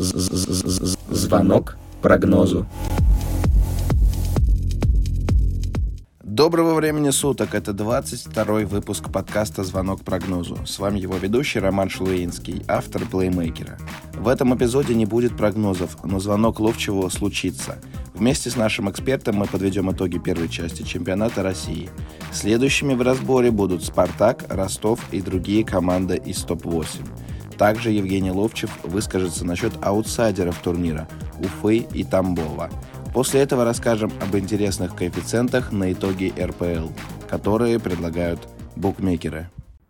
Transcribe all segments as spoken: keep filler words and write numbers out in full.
Звонок прогнозу. Доброго времени суток, это двадцать второй выпуск подкаста «Звонок прогнозу». С вами его ведущий Роман Шлуинский, автор плеймейкера. В этом эпизоде не будет прогнозов, но звонок ловчего случится. Вместе с нашим экспертом мы подведем итоги первой части чемпионата России. Следующими в разборе будут «Спартак», «Ростов» и другие команды из топ восемь. Также Евгений Ловчев выскажется насчет аутсайдеров турнира Уфы и Тамбова. После этого расскажем об интересных коэффициентах на итоги эр пэ эл, которые предлагают букмекеры.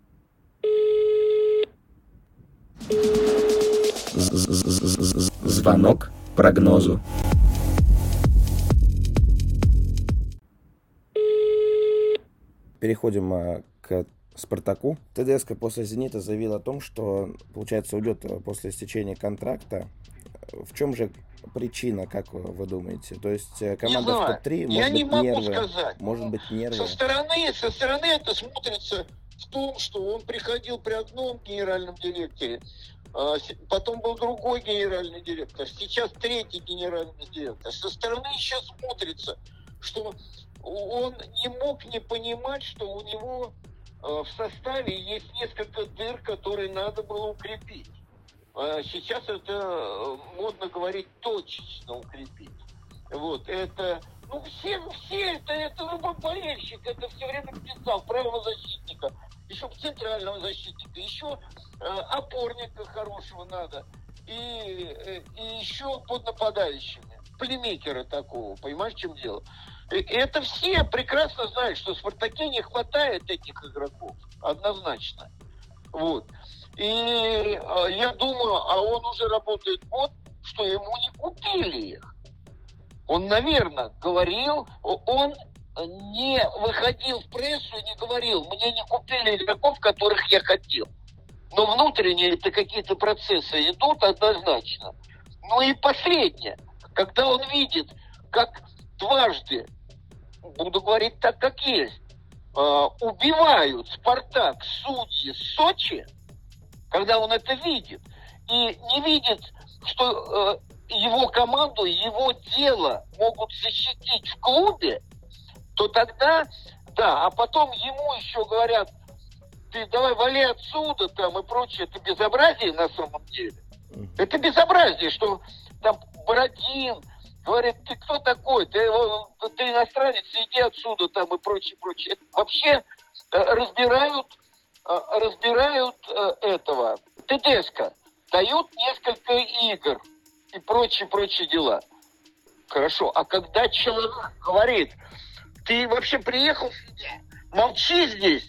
Звонок прогнозу. Переходим а, к Спартаку. ТДСК после «Зенита» заявил о том, что, получается, уйдет после истечения контракта. В чем же причина, как вы думаете? То есть команда в топ три, может быть, нервы, сказать. может быть, нервы. Со стороны, со стороны это смотрится в том, что он приходил при одном генеральном директоре, потом был другой генеральный директор, сейчас третий генеральный директор. Со стороны еще смотрится, что он не мог не понимать, что у него в составе есть несколько дыр, которые надо было укрепить. Сейчас это модно говорить точечно укрепить. Вот, это, ну, все, все это, это ну, болельщик, это все время писал, правого защитника, еще центрального защитника, еще э, опорника хорошего надо, и, э, и еще под нападающими, плеймейкера такого, понимаешь, в чем дело? И, это все прекрасно знают, что в «Спартаке» не хватает этих игроков, однозначно. Вот. И э, я думаю, а он уже работает год, что ему не купили их. Он, наверное, говорил, он не выходил в прессу и не говорил, мне не купили игроков, которых я хотел. Но внутренние это какие-то процессы идут однозначно. Ну и последнее, когда он видит, как дважды, буду говорить так, как есть, э, убивают «Спартак» судьи Сочи, когда он это видит, и не видит, что э, его команду, его дело могут защитить в клубе, то тогда, да, а потом ему еще говорят, ты давай вали отсюда там и прочее, это безобразие на самом деле. Это безобразие, что там Бородин говорит, ты кто такой, ты, ты иностранец, иди отсюда там и прочее, прочее. Это вообще э, разбирают разбирают э, этого ТДСК, дают несколько игр и прочие-прочие дела. Хорошо, а когда человек говорит, ты вообще приехал сюда, молчи здесь,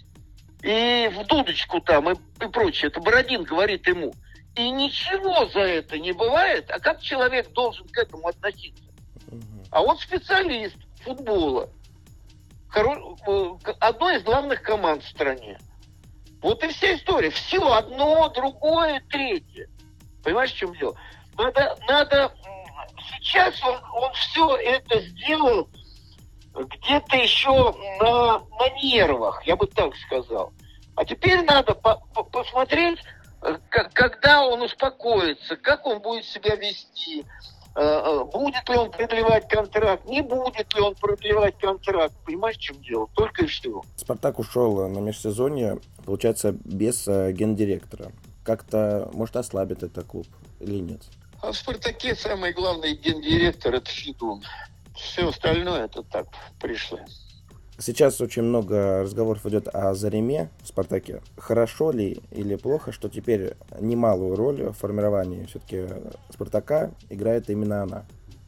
и в дудочку там, и, и прочее, это Бородин говорит ему, и ничего за это не бывает, а как человек должен к этому относиться? А он специалист футбола, хоро... одной из главных команд в стране. Вот и вся история. Все одно, другое, третье. Понимаешь, в чем дело? Надо, надо... Сейчас он, он все это сделал где-то еще на, на нервах, я бы так сказал. А теперь надо по- по- посмотреть, как, когда он успокоится, как он будет себя вести, будет ли он продлевать контракт, не будет ли он продлевать контракт. Понимаешь, в чем дело? Только и всего. «Спартак» ушел на межсезонье, получается, без э, гендиректора. Как-то, может, ослабит это клуб или нет? А в «Спартаке» самый главный гендиректор – это Федун. Все остальное – это так, пришло. Сейчас очень много разговоров идет о Зареме в «Спартаке». Хорошо ли или плохо, что теперь немалую роль в формировании все-таки «Спартака» играет именно она?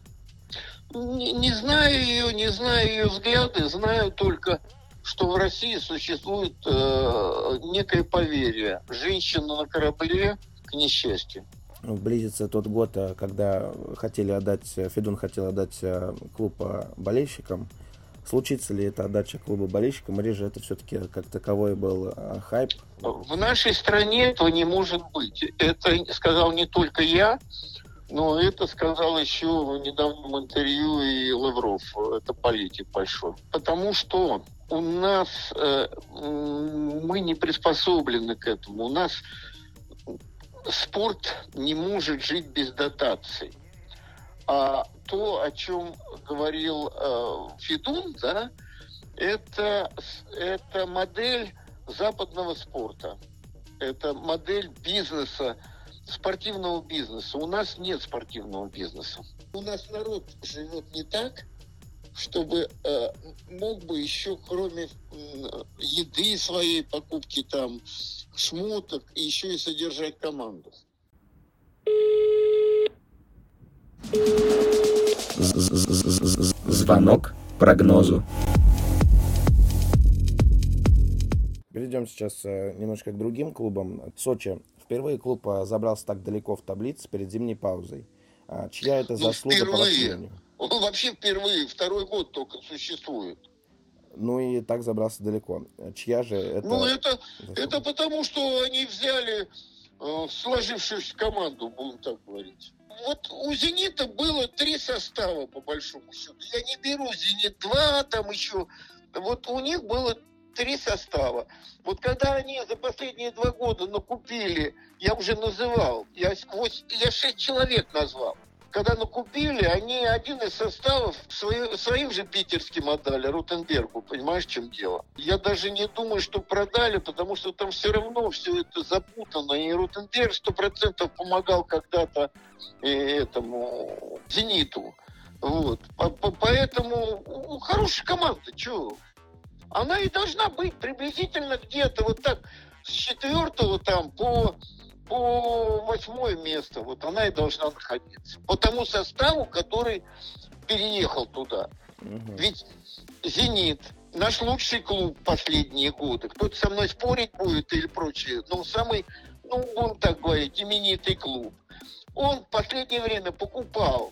Не, не знаю ее, не знаю ее взгляды, знаю только, что в России существует э, некое поверье. Женщина на корабле к несчастью. Близится тот год, когда хотели отдать, Федун хотел отдать клуб болельщикам. Случится ли это отдача клуба болельщикам, или же это все-таки как таковой был э, хайп? В нашей стране этого не может быть. Это сказал не только я, но это сказал еще в недавнем интервью и Лавров. Это политик большой. Потому что у нас э, мы не приспособлены к этому. У нас спорт не может жить без дотаций. А то, о чем говорил э, Федун, да, это, это модель западного спорта. Это модель бизнеса, спортивного бизнеса. У нас нет спортивного бизнеса. У нас народ живет не так, чтобы э, мог бы еще, кроме э, еды своей, покупки там, шмоток, и еще и содержать команду. Звонок прогнозу. Перейдем сейчас немножко к другим клубам. Сочи. Впервые клуб забрался так далеко в таблице перед зимней паузой. Чья это заслуга, ну, по вашему мнению? Он вообще впервые, второй год только существует. Ну и так забрался далеко. Чья же это? Ну это, это потому, что они взяли э, сложившуюся команду, будем так говорить. Вот у «Зенита» было три состава, по большому счету. Я не беру «Зенит-два», там еще. Вот у них было три состава. Вот когда они за последние два года накупили, я уже называл, я, я шесть человек назвал. Когда накупили, они один из составов свои, своим же питерским отдали, Ротенбергу, понимаешь, в чем дело? Я даже не думаю, что продали, потому что там все равно все это запутано. И Ротенберг сто процентов помогал когда-то э, этому «Зениту». Вот. Поэтому ну, хорошая команда, чего? Она и должна быть приблизительно где-то вот так с четвертого там по... по восьмое место, вот она и должна находиться. По тому составу, который переехал туда. Угу. Ведь «Зенит» наш лучший клуб последние годы. Кто-то со мной спорить будет или прочее, но самый, ну, будем так говорить, именитый клуб. Он в последнее время покупал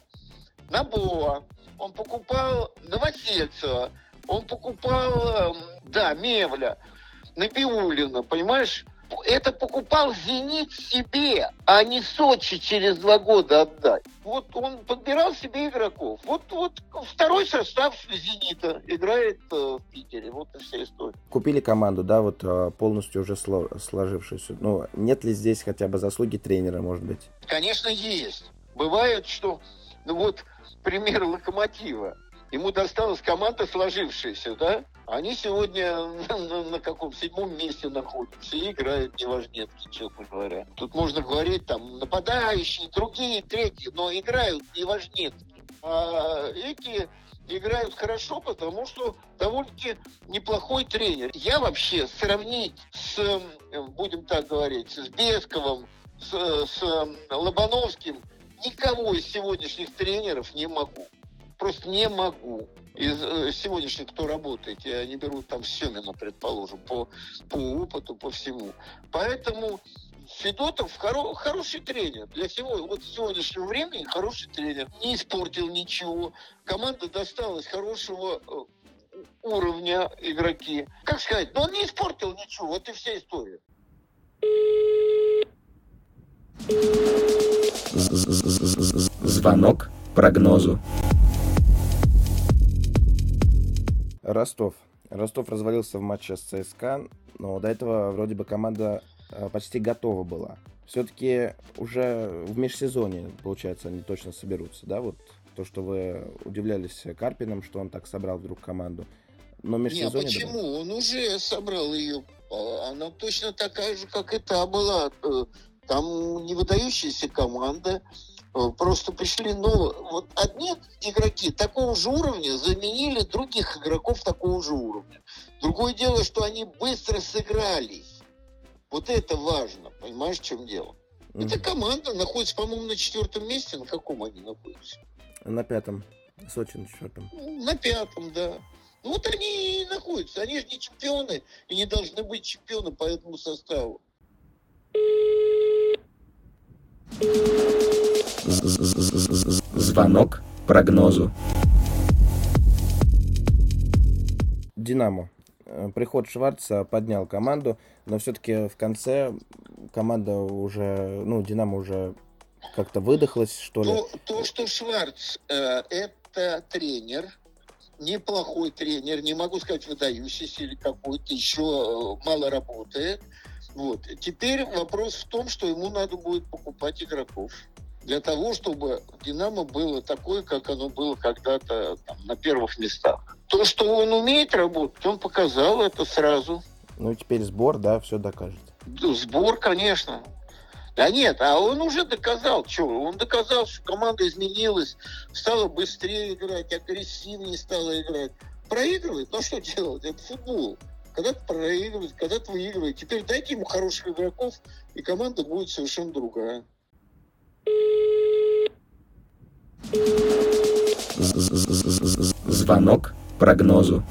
Набоа, он покупал Новосельцева, он покупал, да, Мевля, Набиуллина, понимаешь? Это покупал «Зенит» себе, а не Сочи через два года отдать. Вот он подбирал себе игроков. Вот, вот второй состав «Зенита» играет э, в Питере. Вот и вся история. Купили команду, да, вот полностью уже сложившуюся. Ну, нет ли здесь хотя бы заслуги тренера, может быть? Конечно, есть. Бывает, что, ну вот, пример «Локомотива». Ему досталась команда сложившаяся, да? Они сегодня на, на, на каком седьмом месте находятся и играют неважнецки, честно говоря. Тут можно говорить, там, нападающие, другие, третьи, но играют неважнецки. А эти играют хорошо, потому что довольно-таки неплохой тренер. Я вообще сравнить с, будем так говорить, с Бесковым, с, с Лобановским никого из сегодняшних тренеров не могу. Просто не могу. Из э, сегодняшних, кто работает, я не беру там Семина, предположим, по, по опыту, по всему. Поэтому Федотов хоро, хороший тренер. Для всего, вот сегодняшнего времени хороший тренер. Не испортил ничего. Команда досталась хорошего э, уровня игроки. Как сказать, но он не испортил ничего. Вот и вся история. Звонок прогнозу. Ростов. Ростов развалился в матче с ЦСКА, но до этого вроде бы команда почти готова была. Все-таки уже в межсезонье, получается, они точно соберутся, да? Вот то, что вы удивлялись Карпиным, что он так собрал вдруг команду. Но межсезонье... Не, почему? Да? Он уже собрал ее. Она точно такая же, как и та была. Там не выдающаяся команда. Просто пришли, ну, вот одни игроки такого же уровня заменили других игроков такого же уровня. Другое дело, что они быстро сыгрались. Вот это важно, понимаешь, в чем дело? Mm-hmm. Эта команда находится, по-моему, на четвертом месте. На каком они находятся? На пятом. Сочи на четвертом. На пятом, да. Ну вот они и находятся. Они же не чемпионы и не должны быть чемпионы по этому составу. Звонок прогнозу. «Динамо». Приход Шварца поднял команду, но все-таки в конце команда уже, ну, «Динамо» уже как-то выдохлась, что ли. То, то что Шварц э, это тренер, неплохой тренер, не могу сказать выдающийся или какой-то, еще мало работает. Вот. Теперь вопрос в том, что ему надо будет покупать игроков. Для того, чтобы «Динамо» было такое, как оно было когда-то там, на первых местах. То, что он умеет работать, он показал это сразу. Ну и теперь сбор, да, все докажет. Сбор, конечно. Да нет, а он уже доказал, что? Он доказал, что команда изменилась, стала быстрее играть, агрессивнее стала играть. Проигрывает, ну что делать? Это футбол. Когда-то проигрывает, когда-то выигрывает. Теперь дайте ему хороших игроков, и команда будет совершенно другая. Звонок прогнозу.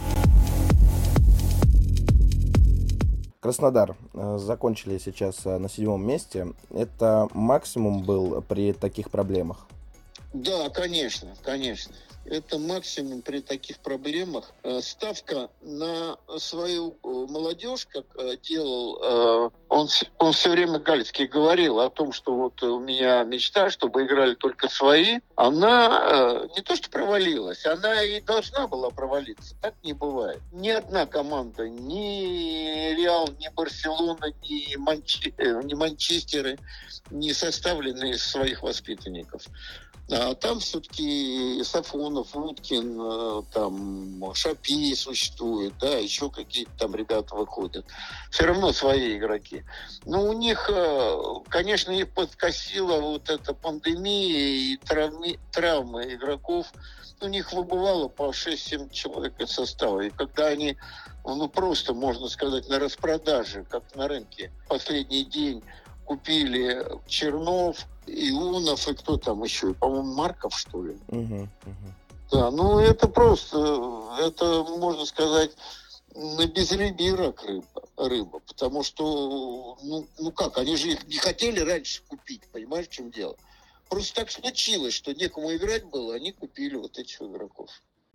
Краснодар э, закончили сейчас э, на седьмом месте. Это максимум был при таких проблемах? Да, конечно, конечно. Это максимум при таких проблемах. Ставка на свою молодежь, как делал, он, он все время Галицкий говорил о том, что вот у меня мечта, чтобы играли только свои. Она не то что провалилась, она и должна была провалиться. Так не бывает. Ни одна команда, ни Реал, ни Барселона, ни, Манче, ни Манчестеры не составлены из своих воспитанников. А там все-таки Сафонов, Уткин, там Шапи существует, да, еще какие-то там ребята выходят. Все равно свои игроки. Но у них, конечно, их подкосила вот эта пандемия и травми, травмы игроков. У них выбывало по шесть-семь человек из состава. И когда они, ну просто, можно сказать, на распродаже, как на рынке, последний день купили Чернов, Ионов и кто там еще, по-моему, Марков, что ли. Угу, угу. Да, ну это просто, это, можно сказать, на безрыбье рак рыба, рыба, потому что, ну, ну как, они же их не хотели раньше купить, понимаешь, в чем дело? Просто так случилось, что некому играть было, они купили вот этих игроков.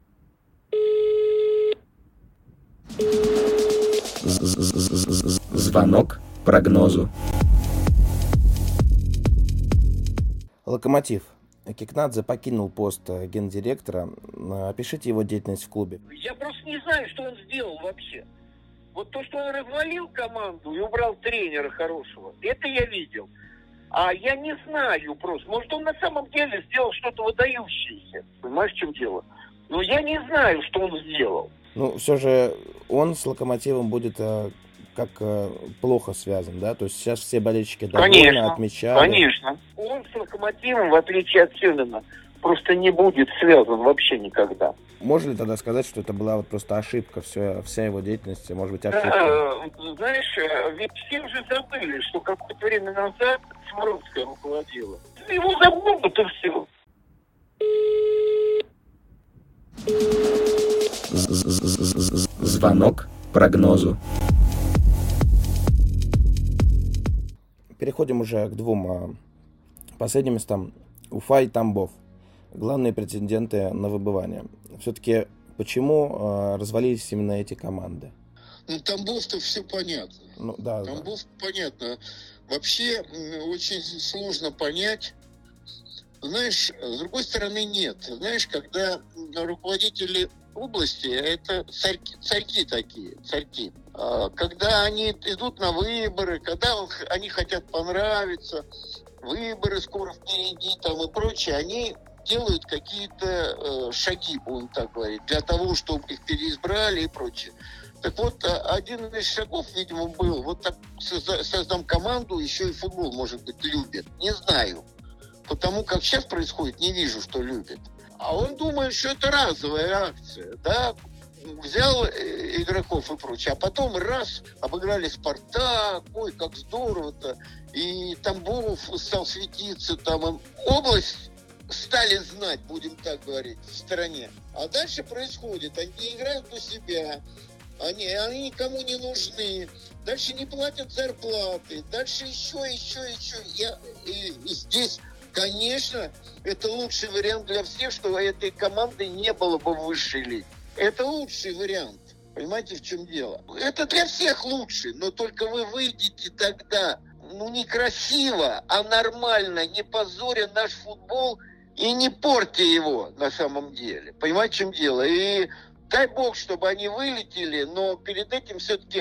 Звонок прогнозу. Локомотив. Кикнадзе покинул пост гендиректора. Опишите его деятельность в клубе. Я просто не знаю, что он сделал вообще. Вот то, что он развалил команду и убрал тренера хорошего, это я видел. А я не знаю просто. Может, он на самом деле сделал что-то выдающееся. Понимаешь, в чем дело? Но я не знаю, что он сделал. Ну, все же он с Локомотивом будет как плохо связан, да? То есть сейчас все болельщики довольны, конечно, отмечали. Конечно. Он с Локомотивом, в отличие от Семина, просто не будет связан вообще никогда. Можно ли тогда сказать, что это была вот просто ошибка, все, вся его деятельность, может быть, ошибка? А, знаешь, ведь все уже забыли, что какое-то время назад Сморовская руководила. Его забудут, и все. Звонок прогнозу. Переходим уже к двум последним местам. Уфа и Тамбов. Главные претенденты на выбывание. Все-таки почему э, развалились именно эти команды? Ну, Тамбов-то все понятно. Ну, да, Тамбов да. понятно. Вообще очень сложно понять. Знаешь, с другой стороны, нет. Знаешь, когда руководители области, это царьки, царьки такие, царьки. Когда они идут на выборы, когда они хотят понравиться, выборы скоро впереди там и прочее, они делают какие-то э, шаги, будем так говорить, для того, чтобы их переизбрали и прочее. Так вот, один из шагов, видимо, был, вот так создам команду, еще и футбол, может быть, любит. Не знаю. Потому как сейчас происходит, не вижу, что любит. А он думает, что это разовая акция, да, взял игроков и прочее, а потом раз, обыграли «Спартак», ой, как здорово-то, и Тамбов стал светиться, там область стали знать, будем так говорить, в стране. А дальше происходит, они играют у себя, они, они никому не нужны, дальше не платят зарплаты, дальше еще, еще, еще. Я, и, и здесь, конечно, это лучший вариант для всех, что этой команды не было бы в высшей лиге. Это лучший вариант. Понимаете, в чем дело? Это для всех лучше, но только вы выйдете тогда, ну, не красиво, а нормально, не позоря наш футбол и не портя его на самом деле. Понимаете, в чем дело? И дай бог, чтобы они вылетели, но перед этим все-таки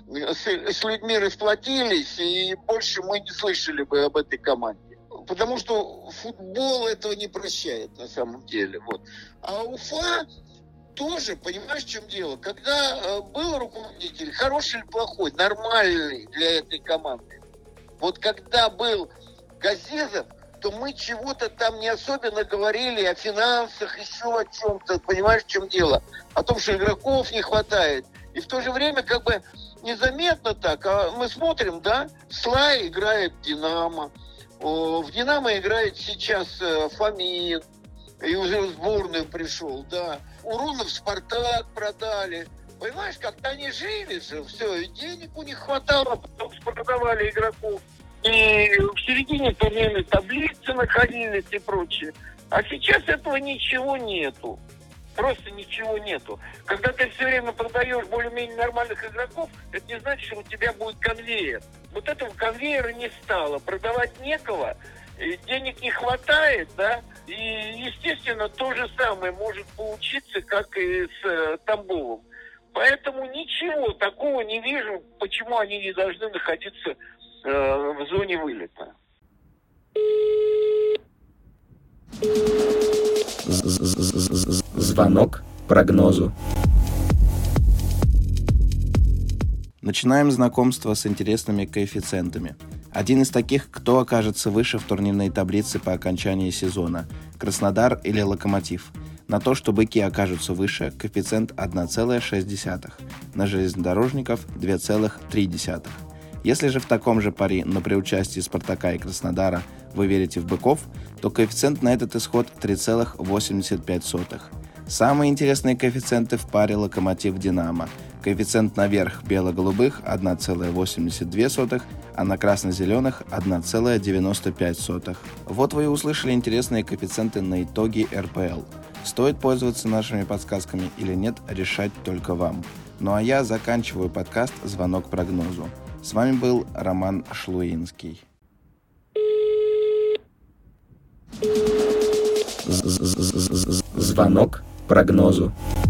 с, с людьми расплатились, и больше мы не слышали бы об этой команде. Потому что футбол этого не прощает на самом деле. Вот. А Уфа тоже, понимаешь, в чем дело? Когда э, был руководитель, хороший или плохой, нормальный для этой команды. Вот когда был Газизов, то мы чего-то там не особенно говорили о финансах, еще о чем-то, понимаешь, в чем дело? О том, что игроков не хватает. И в то же время как бы незаметно так, а мы смотрим, да, Слай играет в «Динамо», в «Динамо» играет сейчас Фомин, и уже в сборную пришел, да. Урунов «Спартак» продали. Понимаешь, как-то они жили же, все, и денег у них хватало, потом продавали игроков. И в середине турнирной таблицы находились и прочее. А сейчас этого ничего нету. Просто ничего нету. Когда ты все время продаешь более-менее нормальных игроков, это не значит, что у тебя будет конвейер. Вот этого конвейера не стало. Продавать некого, денег не хватает, да, и, естественно, то же самое может получиться, как и с э, Тамбовым. Поэтому ничего такого не вижу, почему они не должны находиться э, в зоне вылета. Звонок прогнозу. Начинаем знакомство с интересными коэффициентами. Один из таких, кто окажется выше в турнирной таблице по окончании сезона – Краснодар или Локомотив. На то, что быки окажутся выше, коэффициент одна целая шесть десятых, на железнодорожников – две целых три десятых. Если же в таком же пари, но при участии Спартака и Краснодара, вы верите в быков, то коэффициент на этот исход три целых восемьдесят пять сотых. Самые интересные коэффициенты в паре Локомотив-Динамо. Коэффициент наверх бело-голубых – одна целая восемьдесят две сотых, а на красно-зеленых – одна целая девяносто пять сотых. Вот вы и услышали интересные коэффициенты на итоги эр пэ эл. Стоит пользоваться нашими подсказками или нет, решать только вам. Ну а я заканчиваю подкаст «Звонок прогнозу». С вами был Роман Шлуинский. Звонок прогнозу.